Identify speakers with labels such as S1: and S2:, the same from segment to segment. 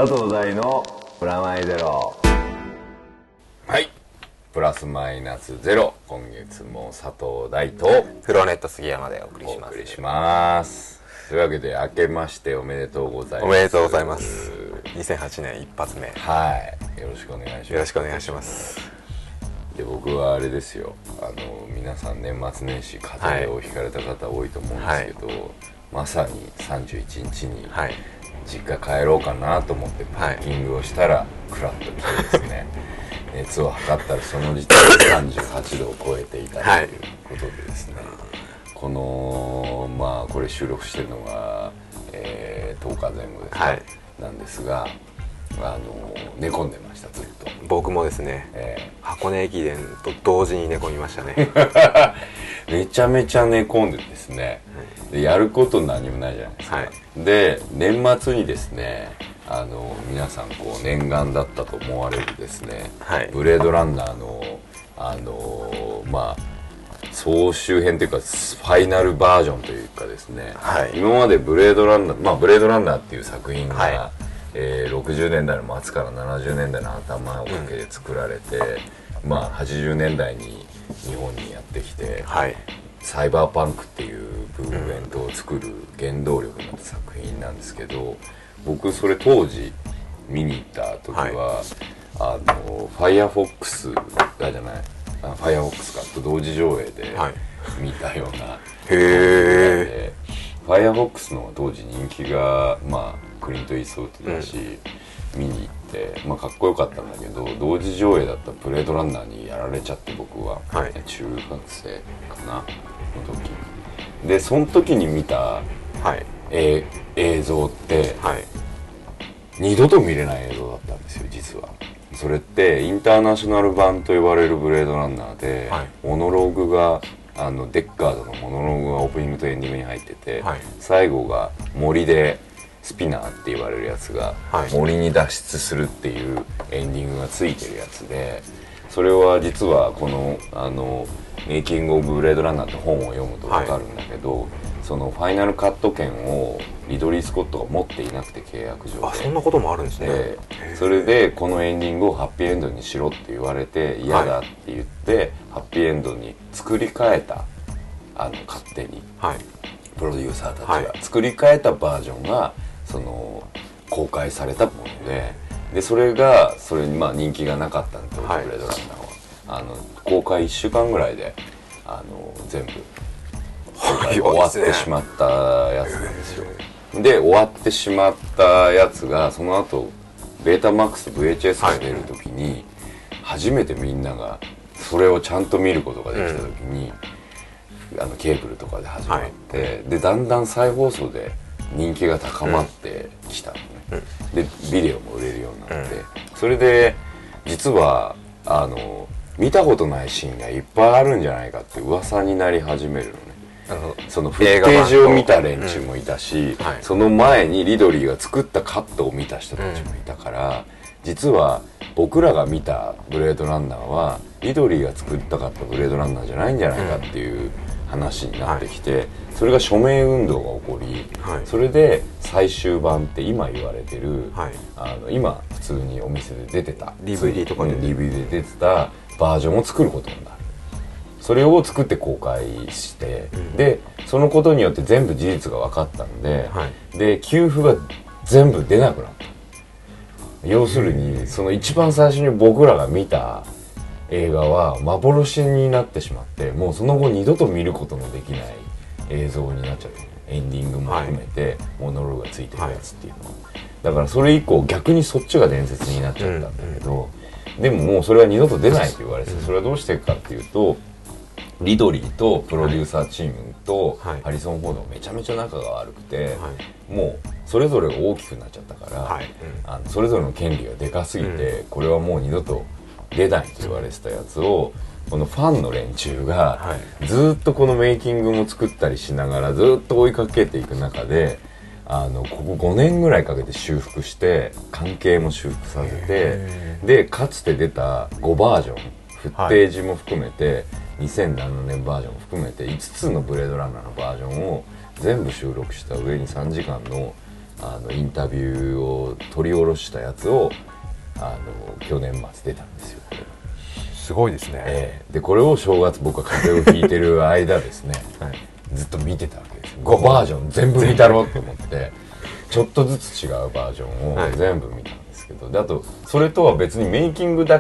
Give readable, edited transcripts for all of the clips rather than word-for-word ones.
S1: 佐藤大のプラマイゼロ。
S2: はい、プラスマイナスゼロ。今月も佐藤大と
S3: フローネット杉山でお送りします。
S2: というわけで明けましておめでとうございます。
S3: おめでとうございます。2008年一発目。
S2: はい、よろしくお願いします。
S3: よろしくお願いします。
S2: で、僕はあれですよ、皆さん年末年始風邪をひかれた方多いと思うんですけど、はい、まさに31日に実家帰ろうかなと思ってパッキングをしたらクラッと来てですね、熱を測ったらその時点で38度を超えていたということでですね、このこれ収録してるのが、10日前後ですか、なんですが、寝込んでました、ずっと。
S3: 僕もですね、箱根駅伝と同時に寝込みましたね。
S2: めちゃめちゃ寝込んでですね、でやること何もないじゃないですか、で年末にですね、皆さんこう念願だったと思われるですね、ブレードランナーの総集編というかファイナルバージョンというかですね、今までブレードランナー、ブレードランナーっていう作品が、60年代の末から70年代の頭をかけて作られて、80年代に日本にやってきて、サイバーパンクっていうムーブメントを作る原動力になった作品なんですけど、僕それ当時見に行った時は、ファイアフォックスがじゃないファイアフォックスかと同時上映で見たような、ファイアフォックスの当時人気がクリント・イーストウッドだし、見に行ってかっこよかったんだけど、同時上映だったブレードランナーにやられちゃって、僕は、中学生かなの時で、その時に見た、映像って、二度と見れない映像だったんですよ、実は。それってインターナショナル版と呼ばれるブレードランナーで、モノローグがデッカードのモノローグがオープニングとエンディングに入ってて、最後が森でスピナーって言われるやつが森に脱出するっていうエンディングがついてるやつで、それは実はこのメイキング・オブ・ブレードランナーって本を読むと分かるんだけど、そのファイナルカット権をリドリー・スコットが持っていなくて、契約上で。
S3: そんなこともあるんですね。
S2: それでこのエンディングをハッピーエンドにしろって言われて、嫌だって言って、ハッピーエンドに作り変えた、勝手に、プロデューサーたちが作り変えたバージョンがその公開されたもので、それに人気がなかったんで、ブレードランナーは公開1週間ぐらいで全部終わってしまったやつなんですよ。で終わってしまったやつが、その後ベータマックス VHS が出る時に、初めてみんながそれをちゃんと見ることができた時に、ケーブルとかで始まって、でだんだん再放送で人気が高まってきたのね、でビデオも売れるようになって、それで実は見たことないシーンがいっぱいあるんじゃないかって噂になり始めるのね。そのフッテージを見た連中もいたし、その前にリドリーが作ったカットを見た人たちもいたから、実は僕らが見たブレードランナーはリドリーが作りたかったブレードランナーじゃないんじゃないかっていう話になってきて、それが署名運動が起こり、それで最終版って今言われてる、今普通にお店で出てた
S3: DVD とかで
S2: DVD で出てたバージョンを作ることになる。それを作って公開して、でそのことによって全部事実が分かったんで、で給付が全部出なくなった。要するにその一番最初に僕らが見た映画は幻になってしまって、もうその後二度と見ることのできない映像になっちゃって、エンディングも含めてモノローグがついてるやつっていうのは、だからそれ以降逆にそっちが伝説になっちゃったんだけど、でももうそれは二度と出ないと言われて、それはどうしてかっていうと、リドリーとプロデューサーチームとハリソン・フォードがめちゃめちゃ仲が悪くて、もうそれぞれが大きくなっちゃったから、それぞれの権利がでかすぎて、これはもう二度と出ないと言われてたやつを、このファンの連中がずっとこのメイキングも作ったりしながらずっと追いかけていく中で、ここ5年ぐらいかけて修復して、関係も修復させて、でかつて出た5バージョン、フッテージも含めて、2007年バージョンも含めて5つのブレードランナーのバージョンを全部収録した上に3時間のインタビューを取り下ろしたやつを去年末出たんですよ。これ
S3: すごいですね。
S2: でこれを正月僕は風邪をひいてる間ですね、ずっと見てたわけですよ。5バージョン全部見たろうと思ってちょっとずつ違うバージョンを全部見たんですけど、であとそれとは別にメイキング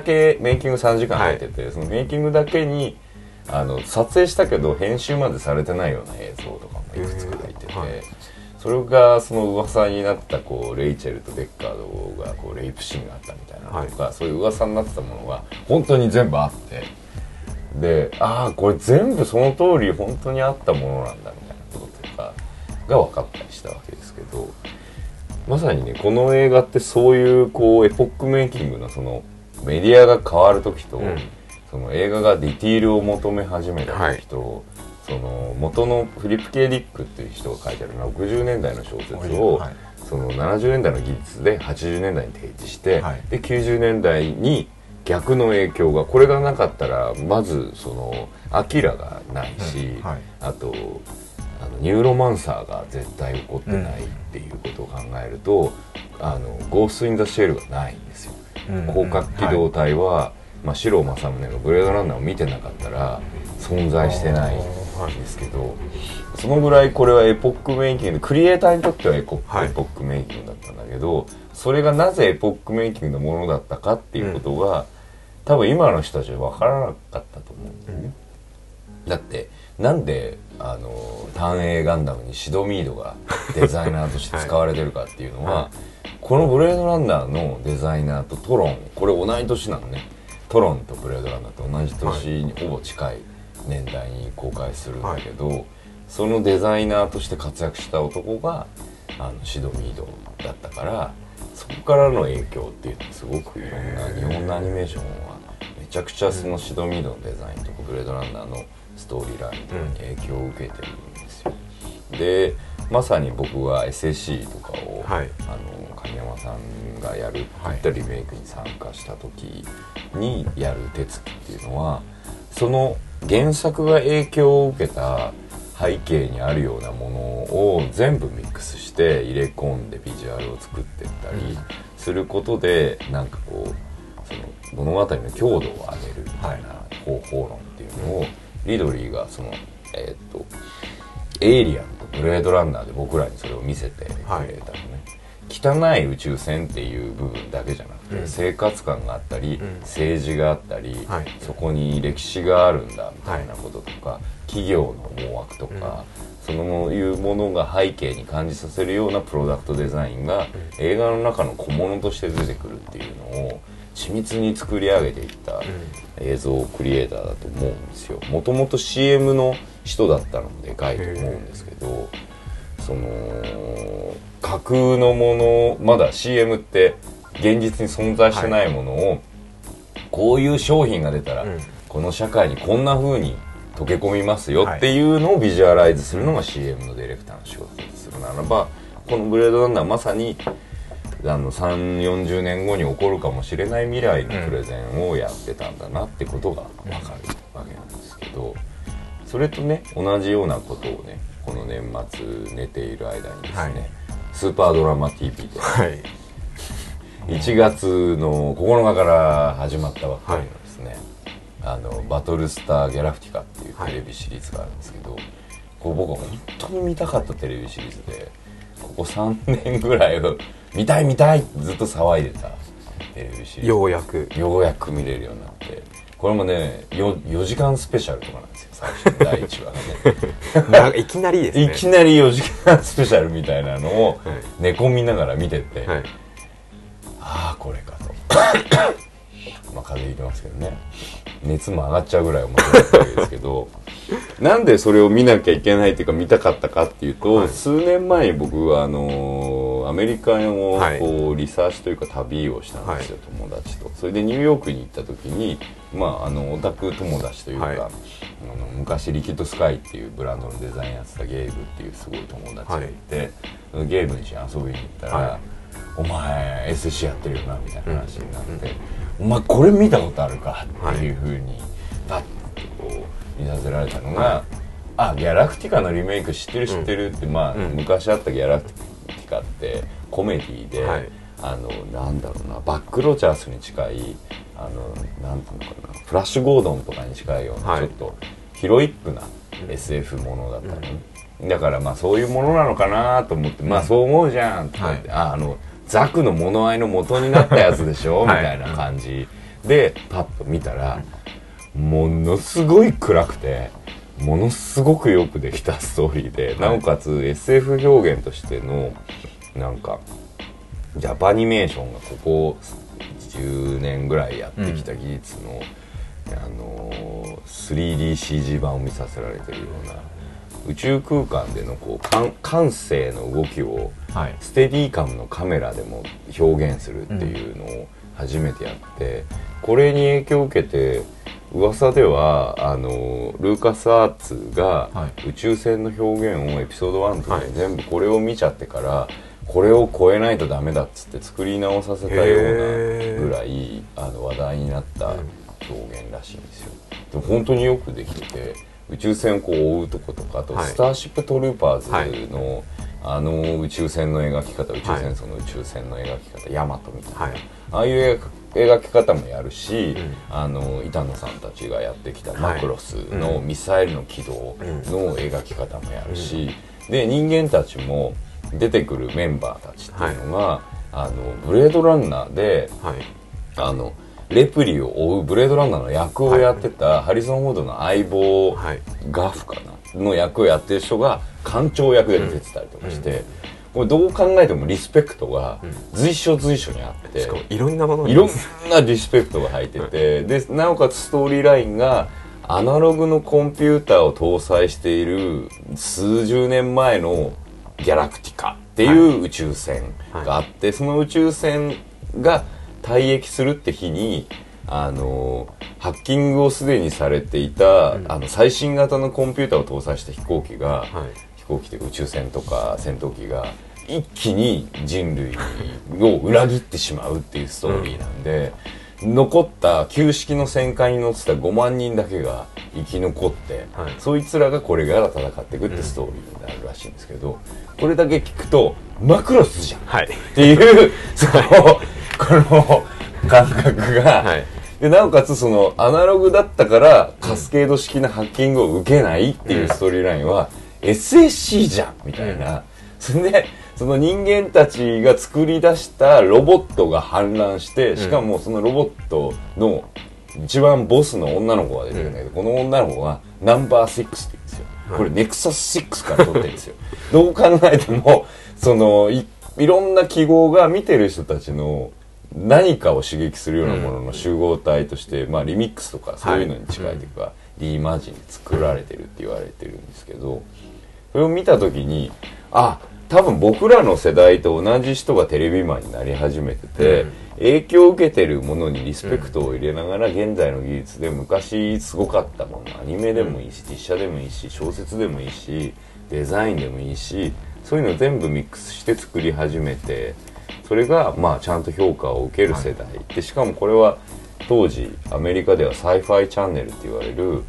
S2: 3時間入ってて、そのメイキングだけに撮影したけど編集までされてないような映像とかもいくつか入ってて、それがその噂になったレイチェルとデッカードがレイプシーンがあったみたいなのとか、そういう噂になってたものが本当に全部あって、でこれ全部その通り本当にあったものなんだみたいなこととかが分かったりしたわけですけど、まさにねこの映画ってそういうエポックメイキングのそのメディアが変わる時と、その映画がディティールを求め始めた時と、その元のフリップ・K・ディックっていう人が書いてある60年代の小説を、その70年代の技術で80年代に提示して、で90年代に逆の影響がこれがなかったらまずそのアキラがないし、あとニューロマンサーが絶対起こってないっていうことを考えると、ゴースト・イン・ザ・シェルがないんですよ。広角機動隊は、四郎正宗がブレードランナーを見てなかったら存在してないんですけど、そのぐらいこれはエポックメイキングで、クリエイターにとってはエポックメイキングだったんだけど、それがなぜエポックメイキングのものだったかっていうことが、多分今の人たちは分からなかったと思うんだよね。だってなんで単影ガンダムにシドミードがデザイナーとして使われてるかっていうのは、このブレードランナーのデザイナーとトロン、これ同い年なのね。トロンとブレードランナーと同じ年にほぼ近い年代に公開するんだけど、そのデザイナーとして活躍した男がシドミードだったから、そこからの影響っていうのはすごくいろんな日本のアニメーションはめちゃくちゃそのシドミードのデザインとかブレードランナーのストーリーラインとかに影響を受けてるんですよ。でまさに僕は SSC とかを、神山さんがやるって言ったリメイクに参加した時にやる手つきっていうのは、その原作が影響を受けた背景にあるようなものを全部ミックスして入れ込んでビジュアルを作っていったりすることで、なんかその物語の強度を上げるみたいな方法論っていうのをリドリーがそのエイリアンとブレードランナーで僕らにそれを見せてくれたのね。汚い宇宙船っていう部分だけじゃなくて、生活感があったり、政治があったり、そこに歴史があるんだみたいなこととか、企業の思惑とか、そういうものが背景に感じさせるようなプロダクトデザインが映画の中の小物として出てくるっていうのを緻密に作り上げていった映像クリエイターだと思うんですよ。もともと CM の人だったのででかいと思うんですけど、その架空のもの、まだ CM って現実に存在してないものを、こういう商品が出たら、この社会にこんな風に溶け込みますよっていうのをビジュアライズするのが CM のディレクターの仕事だとするならば、このブレードランナーはまさに3、40年後に起こるかもしれない未来のプレゼンをやってたんだなってことが分かるわけなんですけど、それとね同じようなことをねこの年末寝ている間にですね、スーパードラマ TV で、1月の9日から始まったばっかりのですね、バトルスターギャラクティカっていうテレビシリーズがあるんですけど、これ僕は本当に見たかったテレビシリーズで、ここ3年ぐらい見たい見たいってずっと騒いでたテレビシリーズ、ようやく見れるようになって、これもね 4時間スペシャルとかなんですよ、最初の第1話がね
S3: いきなりですね、
S2: いきなり4時間スペシャルみたいなのを寝込みながら見てて、ああこれかとまあ風邪ひいてますけどね、熱も上がっちゃうぐらい面白かったわけですけどなんでそれを見なきゃいけないっていうか見たかったかっていうと、数年前に僕はアメリカのこうリサーチというか旅をしたんですよ、友達と。それでニューヨークに行った時に、オタク友達というか、昔リキッドスカイっていうブランドのデザインやってたゲームっていうすごい友達がいて、ゲームに遊びに行ったら、お前 SC やってるよなみたいな話になって、お前これ見たことあるかっていう風にパッとこう見させられたのが、ギャラクティカのリメイク知ってるって、昔あったギャラクティかってコメディで、
S3: はい、
S2: なんだろうな、バック・ロジャースに近いなんていうのかな、フラッシュ・ゴードンとかに近いような、ちょっとヒロイックな SF ものだったの、だからまあそういうものなのかなと思って、まあそう思うじゃんって言って、ザクの物合いの元になったやつでしょみたいな感じでパッと見たら、ものすごい暗くてものすごくよくできたストーリーで、なおかつ SF 表現としてのなんかジャパニメーションがここ10年ぐらいやってきた技術の、3DCG 版を見させられてるような宇宙空間でのこう感性の動きをステディカムのカメラでも表現するっていうのを初めてやって、これに影響を受けて噂ではルーカスアーツが宇宙船の表現をエピソード1とかで全部これを見ちゃってからこれを超えないとダメだっつって作り直させたようなぐらい話題になった表現らしいんですよ。でも本当によくできてて、宇宙船をこう追うとことか、あとスターシップトルーパーズの宇宙船の描き方、宇宙戦争の宇宙船の描き方、ヤマトみたいな、ああいう描き方もやるし、板野さんたちがやってきたマクロスのミサイルの軌道の描き方もやるし、で人間たちも出てくるメンバーたちっていうのが、ブレードランナーで、レプリを追うブレードランナーの役をやってたハリソン・フォードの相棒、ガフかなの役をやってる人が艦長役で出てたりとかして、これどう考えてもリスペクトが随所随所にあって、
S3: しかもいろんなものに
S2: いろんなリスペクトが入ってて、でなおかつストーリーラインがアナログのコンピューターを搭載している数十年前のギャラクティカっていう宇宙船があって、その宇宙船が退役するって日にハッキングをすでにされていた、最新型のコンピューターを搭載した飛行機が、飛行機というか宇宙船とか戦闘機が一気に人類を裏切ってしまうっていうストーリーなんで、残った旧式の戦艦に乗ってた5万人だけが生き残って、そいつらがこれから戦っていくってストーリーになるらしいんですけど、これだけ聞くとマクロスじゃん、っていうこの感覚が、でなおかつそのアナログだったからカスケード式なハッキングを受けないっていうストーリーラインは SAC じゃんみたいな、それでその人間たちが作り出したロボットが反乱して、しかもそのロボットの一番ボスの女の子が出てるんだけど、この女の子がナンバー6って言うんですよ。これネクサス6から取ってるんですよ。どう考えてもその いろんな記号が見てる人たちの何かを刺激するようなものの集合体として、まあリミックスとかそういうのに近いというか、リイマジンで作られてるって言われてるんですけど、それを見た時に多分僕らの世代と同じ人がテレビマンになり始めてて、影響を受けてるものにリスペクトを入れながら、現在の技術で昔すごかったもの、アニメでもいいし実写でもいいし小説でもいいしデザインでもいいし、そういうのを全部ミックスして作り始めて、それがまあちゃんと評価を受ける世代で、しかもこれは当時アメリカではサイファイチャンネルって言われる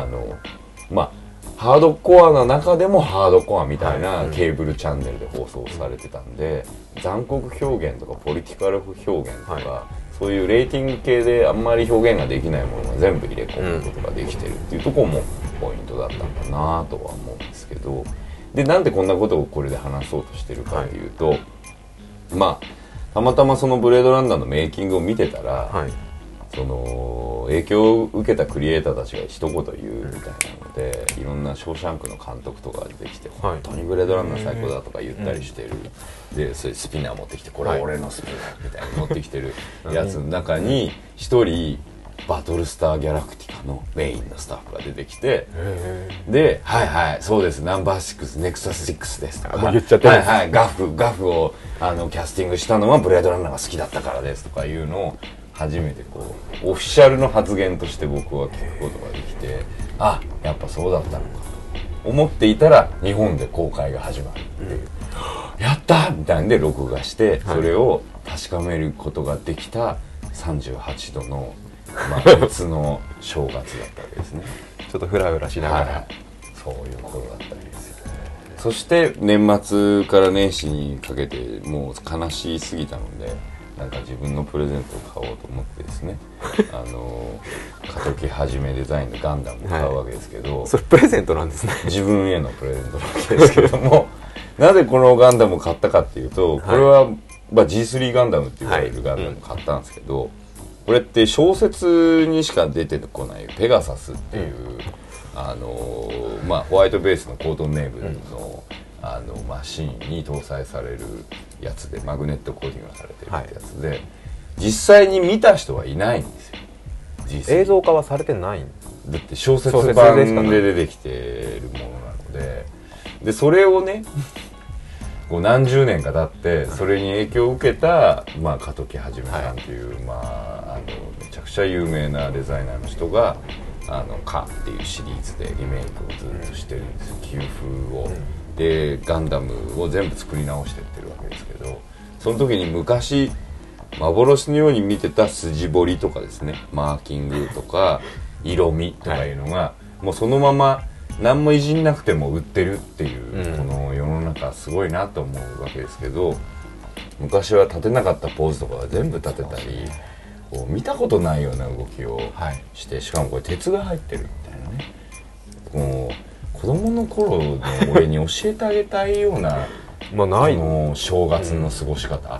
S2: ハードコアな中でもハードコアみたいなケーブルチャンネルで放送されてたんで、残酷表現とかポリティカル表現とか、そういうレーティング系であんまり表現ができないものが全部入れ込むことができてるっていうところもポイントだったんだなとは思うんですけど、でなんでこんなことをこれで話そうとしてるかというと、たまたまそのブレードランナーのメイキングを見てたら、その影響を受けたクリエイターたちが一言言うみたいなので、いろんなショーシャンクの監督とかが出てきて、本当にブレードランナー最高だとか言ったりしてる、でそれスピナー持ってきて、これは俺のスピナーみたいに持ってきてるやつの中に一人バトルスターギャラクティカのメインのスタッフが出てきて、でそうです、ナンバー6ネクサス6ですとか、
S3: 言っちゃってるんです、
S2: ガフをキャスティングしたのはブレードランナーが好きだったからですとかいうのを初めてこうオフィシャルの発言として僕は聞くことができて、やっぱそうだったのかと思っていたら、日本で公開が始まるっていう、やったみたいなんで録画して、それを確かめることができた38度の別の正月だったわけですね。
S3: ちょっとフラフラしながら、
S2: そういうことだったわけですよね。 そして年末から年始にかけてもう悲しすぎたので、なんか自分のプレゼントを買おうと思ってですね過渡期はじめデザインのガンダムを買うわけですけど、
S3: それプレゼントなんですね。
S2: 自分へのプレゼントなわけですけれどもなぜこのガンダムを買ったかっていうと、これは、G3 ガンダムって言われるガンダムを買ったんですけど、これって小説にしか出てこないペガサスっていう、ホワイトベースのコートンネーブルの、マシンに搭載されるやつで、マグネットコーティングがされてるってやつで、実際に見た人はいないんですよ。
S3: 映像化はされてないん
S2: だって小説版で出てきてるものなので、それをねこう何十年か経ってそれに影響を受けた、加藤木はじめさんという、めちゃくちゃ有名なデザイナーの人がカっていうシリーズでリメイクをずっとしてるんですよ。旧風を、でガンダムを全部作り直してってるわけですけど、その時に昔幻のように見てた筋彫りとかですね、マーキングとか色味とかいうのが、もうそのまま何もいじんなくても売ってるっていう、この世の中すごいなと思うわけですけど、昔は立てなかったポーズとかが全部立てたり、こう見たことないような動きをして、しかもこれ鉄が入ってるみたいなね、もう子供の頃の俺に教えてあげたいような
S3: ない
S2: 正月の過ごし方、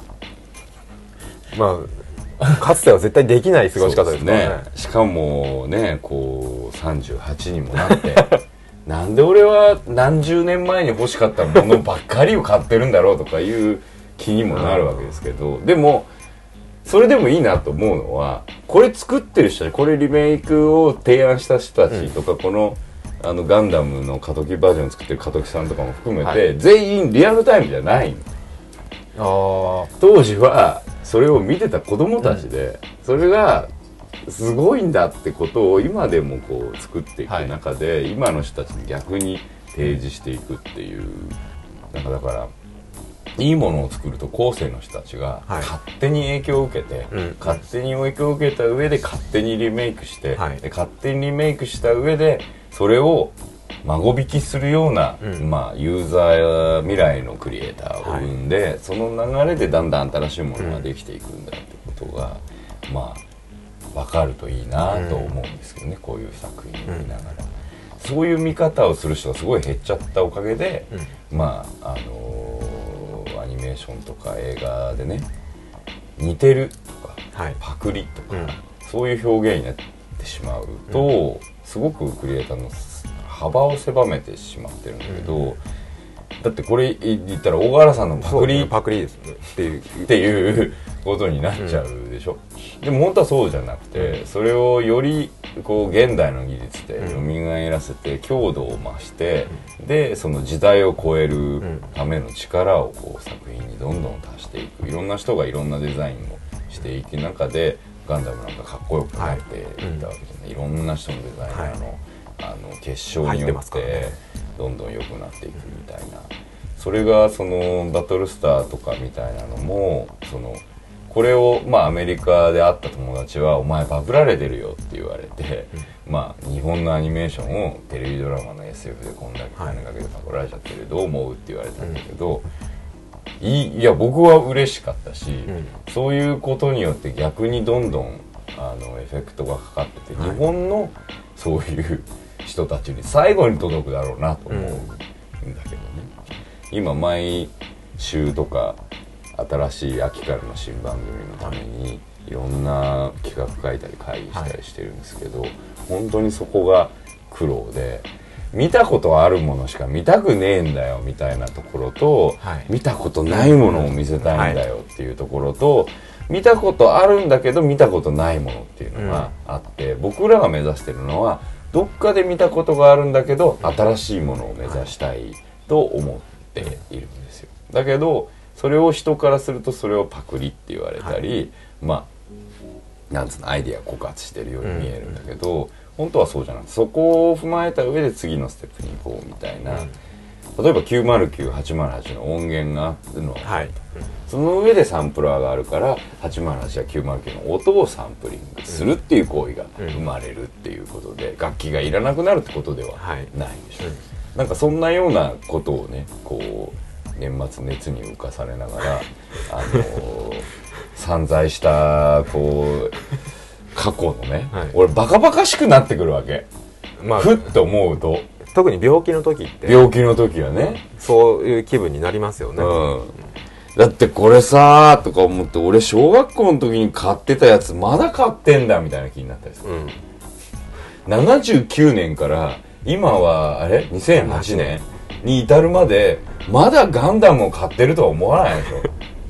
S3: かつては絶対できない過ごし方ですね。
S2: しかもね、こう38にもなってなんで俺は何十年前に欲しかったものばっかりを買ってるんだろうとかいう気にもなるわけですけど、でもそれでもいいなと思うのは、これ作ってる人たち、これリメイクを提案した人たちとか、このガンダムの過渡期バージョンを作ってる過渡期さんとかも含めて、全員リアルタイムじゃないの。当時はそれを見てた子供たちで、それがすごいんだってことを今でもこう作っていく中で、今の人たちに逆に提示していくっていう、だからいいものを作ると後世の人たちが勝手に影響を受けて、勝手に影響を受けた上で勝手にリメイクして、で勝手にリメイクした上でそれを孫引きするような、ユーザー未来のクリエイターを生んで、その流れでだんだん新しいものができていくんだってことが分かるといいなと思うんですけどね、こういう作品を見ながら、そういう見方をする人がすごい減っちゃったおかげで、アニメーションとか映画でね、似てるとか、パクリとか、そういう表現になってしまうと、すごくクリエイターの幅を狭めてしまってるんだけど、だってこれ言ったら大河原さんのパクリ
S3: ですね
S2: っていうことになっちゃうでしょ。でも本当はそうじゃなくて、それをよりこう現代の技術で蘇らせて強度を増して、でその時代を超えるための力をこう作品にどんどん足していく、いろんな人がいろんなデザインをしていく中で、ガンダムなんかかっこよくなっていったわけじゃない、いろんな人のデザイナーの結晶によってどんどん良くなっていくみたいな、それがそのバトルスターとかみたいなのも、これをアメリカで会った友達は「お前バブられてるよ」って言われて、日本のアニメーションをテレビドラマの SF でこんだけ金かけてパクられちゃってる、どう思うって言われたんだけど、いや僕は嬉しかったし、そういうことによって逆にどんどんエフェクトがかかってて、日本のそういう人たちに最後に届くだろうなと思うんだけどね。今毎週とか新しい秋からの新番組のためにいろんな企画書いたり会議したりしてるんですけど、本当にそこが苦労で、見たことあるものしか見たくねえんだよみたいなところと、見たことないものを見せたいんだよっていうところと、見たことあるんだけど見たことないものっていうのがあって、僕らが目指してるのはどっかで見たことがあるんだけど新しいものを目指したいと思っているんですよ。だけどそれを人からするとそれをパクリって言われたり、なんつうの、アイディア枯渇してるように見えるんだけど、本当はそうじゃなくて、そこを踏まえた上で次のステップに行こうみたいな、例えば909808の音源があるの、その上でサンプラーがあるから808や909の音をサンプリングするっていう行為が生まれるっていうことで、楽器がいらなくなるってことではないでしょ。 なんかそんなようなことをねこう年末熱に浮かされながら散財したこう過去のね、はい、俺バカバカしくなってくるわけ、まあ、ふっと思うと
S3: 特に病気の時って
S2: 病気の時はね
S3: そういう気分になりますよね、
S2: だってこれさーとか思って俺小学校の時に買ってたやつまだ買ってんだみたいな気になったりする、79年から今はあれ2008年に至るまでまだガンダムを買ってるとは思わないでしょ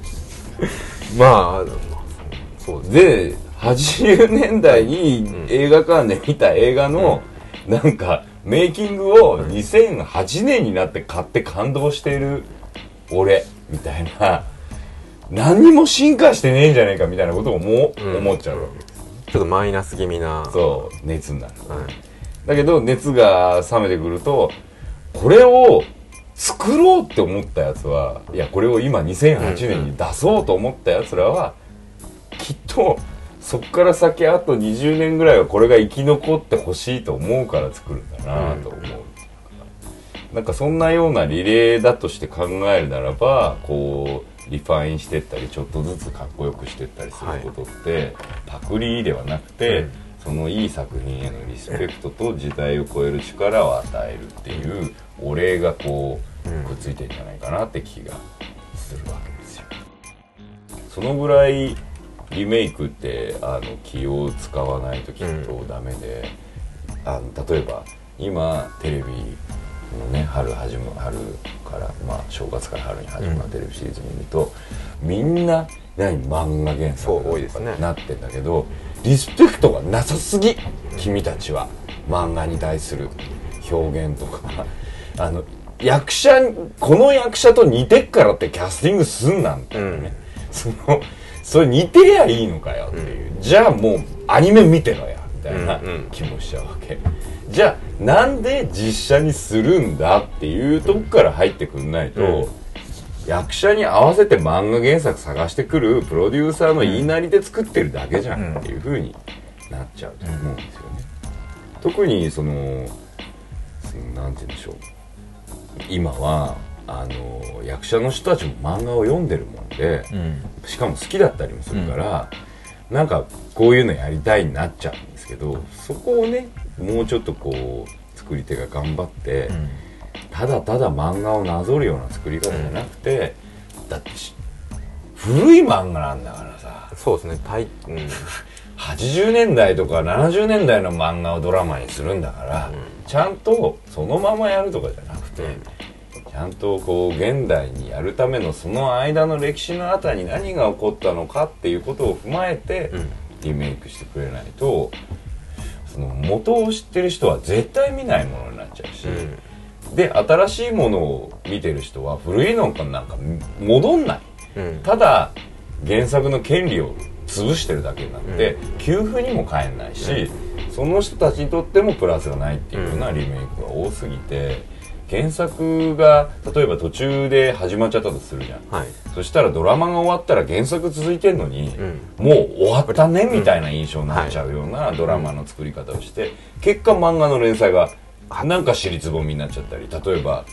S3: まあそうですね。
S2: で80年代に映画館で見た映画のなんかメイキングを2008年になって買って感動している俺みたいな、何にも進化してねえんじゃねえかみたいなことを思っちゃうわけです、
S3: ちょっとマイナス気味な
S2: そう熱になる、だけど熱が冷めてくるとこれを作ろうって思ったやつはいやこれを今2008年に出そうと思ったやつらはきっとそっから先あと20年ぐらいはこれが生き残ってほしいと思うから作るんだなと思う、なんかそんなようなリレーだとして考えるならばこうリファインしてったりちょっとずつかっこよくしてったりすることって、パクリではなくて、そのいい作品へのリスペクトと時代を超える力を与えるっていうお礼がこうくっついてるんじゃないかなって気がするわけですよ。そのぐらいリメイクって気を使わないときっとダメで、例えば今テレビのね春から、まあ、正月から春に始まるテレビシリーズ見ると、みんな漫画原作
S3: 多いですね
S2: なってんだけどリスペクトがなさすぎ、君たちは漫画に対する表現とか役者この役者と似てっからってキャスティングすんなんてね、それ似てりゃいいのかよっていう、じゃあもうアニメ見てろやみたいな気もしちゃうわけ、じゃあなんで実写にするんだっていうとこから入ってくんないと、役者に合わせて漫画原作探してくるプロデューサーの言いなりで作ってるだけじゃんっていう風になっちゃうと思うんですよね。特になんて言うんでしょう、今は役者の人たちも漫画を読んでるもんで、しかも好きだったりもするから、なんかこういうのやりたいになっちゃうんですけど、そこをねもうちょっとこう作り手が頑張って、ただただ漫画をなぞるような作り方じゃなくて、だって古い漫画なんだからさ、
S3: そうですね、
S2: 80年代とか70年代の漫画をドラマにするんだから、ちゃんとそのままやるとかじゃなくて、ちゃんとこう現代にやるためのその間の歴史のあたりに何が起こったのかっていうことを踏まえてリメイクしてくれないと、その元を知ってる人は絶対見ないものになっちゃうし、で新しいものを見てる人は古いのなんか戻んない、ただ原作の権利を潰してるだけになって、給付にも変えないし、その人たちにとってもプラスがないっていうようなリメイクが多すぎて、原作が例えば途中で始まっちゃったとするじゃん、そしたらドラマが終わったら原作続いてんのに、もう終わったねみたいな印象になっちゃうようなドラマの作り方をして、結果漫画の連載がなんか尻つぼみになっちゃったり、例えば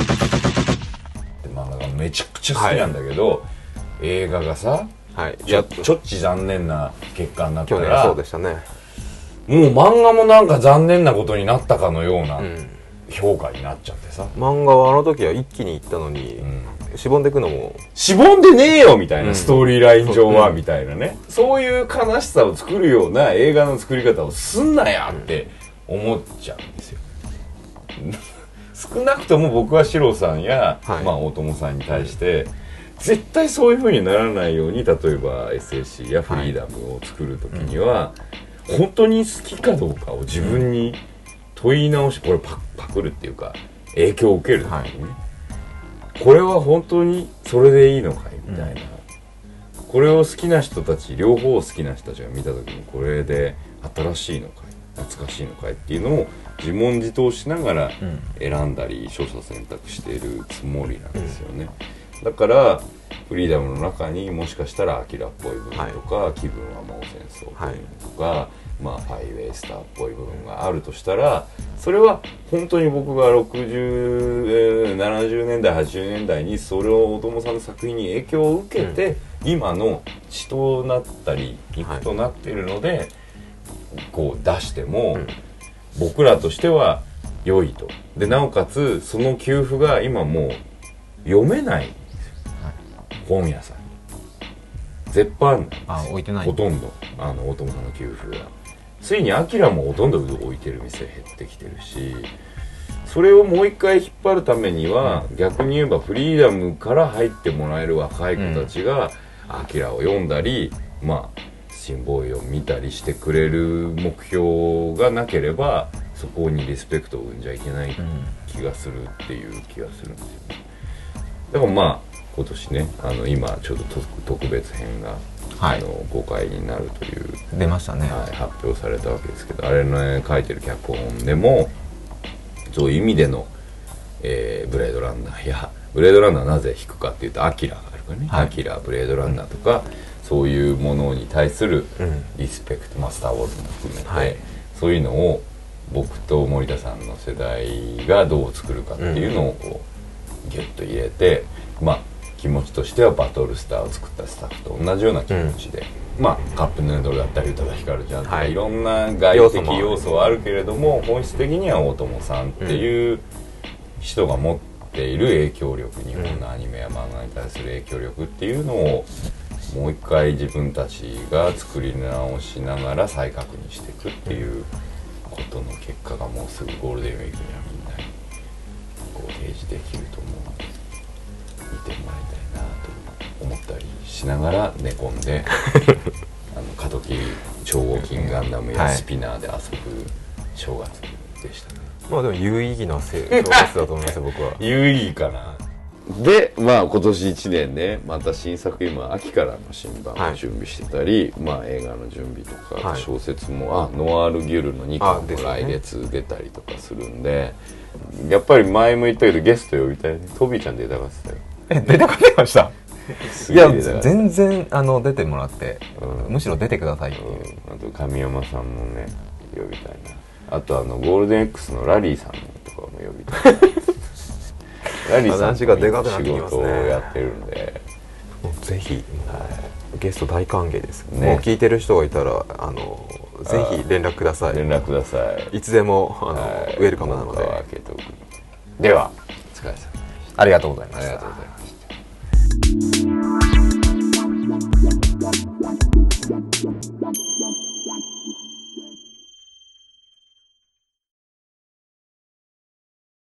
S2: 漫画がめちゃくちゃ好きなんだけど、映画がさ、ちょっち残念な結果になったら、
S3: 去年そうでしたね、
S2: もう漫画もなんか残念なことになったかのような評価になっちゃってさ、
S3: 漫画はあの時は一気にいったのに、しぼんでいくのも
S2: しぼんでねえよみたいな、ストーリーライン上はみたいなね、そういう悲しさを作るような映画の作り方をすんなやって思っちゃうんですよ少なくとも僕はシロさんや、大友さんに対して絶対そういう風にならないように、例えば SAC やフリーダムを作る時には、本当に好きかどうかを自分に問い直し、これパクるっていうか影響を受ける時にね、これは本当にそれでいいのかいみたいな、これを好きな人たち、両方好きな人たちが見た時にこれで新しいのかい懐かしいのかいっていうのを自問自答しながら選んだり取捨選択しているつもりなんですよね。だからフリーダムの中にもしかしたらアキラっぽい部分とか、気分はもう戦争っぽい部分とか、まあファイウェイスターっぽい部分があるとしたら、それは本当に僕が60、70年代80年代にそれを大友さんの作品に影響を受けて、今の血となったり肉となっているので、こう出しても、僕らとしては良いと。でなおかつその給付が今もう読めないんですよ、本屋さんに絶版なんですよ。
S4: 置いてない、
S2: ほとんど大友さんの給付が。ついにアキラもほとんど置いてる店減ってきてるし、それをもう一回引っ張るためには、逆に言えばフリーダムから入ってもらえる若い子たちがアキラを読んだり、まあ新ボーイを見たりしてくれる目標がなければ、そこにリスペクトを生んじゃいけない気がするっていう気がするんですよね。だからまあ今年ね、今ちょうど特別編が、公開になるという
S4: 出ましたね、
S2: 発表されたわけですけど、あれの、ね、書いてる脚本でもそういう意味での、ブレードランナーやブレードランナーなぜ引くかっていうとアキラがあるからね、アキラブレードランナーとか、そういうものに対するリスペクト、スター・ウォーズも含めて、そういうのを僕と森田さんの世代がどう作るかっていうのをこうギュッと入れて、まあ気持ちとしてはバトルスターを作ったスタッフと同じような気持ちで、カップヌードルだったり宇多田ヒカルちゃんとか、いろんな外的要素はあるけれども、本質的には大友さんっていう人が持っている影響力、日本のアニメや漫画に対する影響力っていうのをもう一回自分たちが作り直しながら再確認していくっていうことの結果がもうすぐゴールデンウィークにはみんなにこう提示できると思うので、見てもらいたいなと思ったりしながら寝込んで過渡期超合金ガンダムやスピナーで遊ぶ正月でしたね。
S3: まあでも有意義な正月だと思いますよ僕は。
S2: 有意義かな。で今年1年ね、また新作、今秋からの新版を準備してたり、映画の準備とか、小説もノワール・ギュルの2巻も来月出たりとかするんで、やっぱり前も言ったけどゲスト呼びたいね。トビーちゃん出たかったよ。
S4: 出たかってました。いや全然出てもらって、むしろ出てくださいっていう、
S2: あと神山さんもね呼びたいな。あとゴールデン X のラリーさんとかも呼びたいラリーさんと仕事をやってるんで、
S3: もうぜひ、ゲスト大歓迎です。もう聞いてる人がいたらぜひ連絡ください。
S2: 連絡ください。
S3: いつでもウェルカムなので。
S2: ではお疲れ様でした。
S4: ありがとうございました。
S2: ありがとうございます。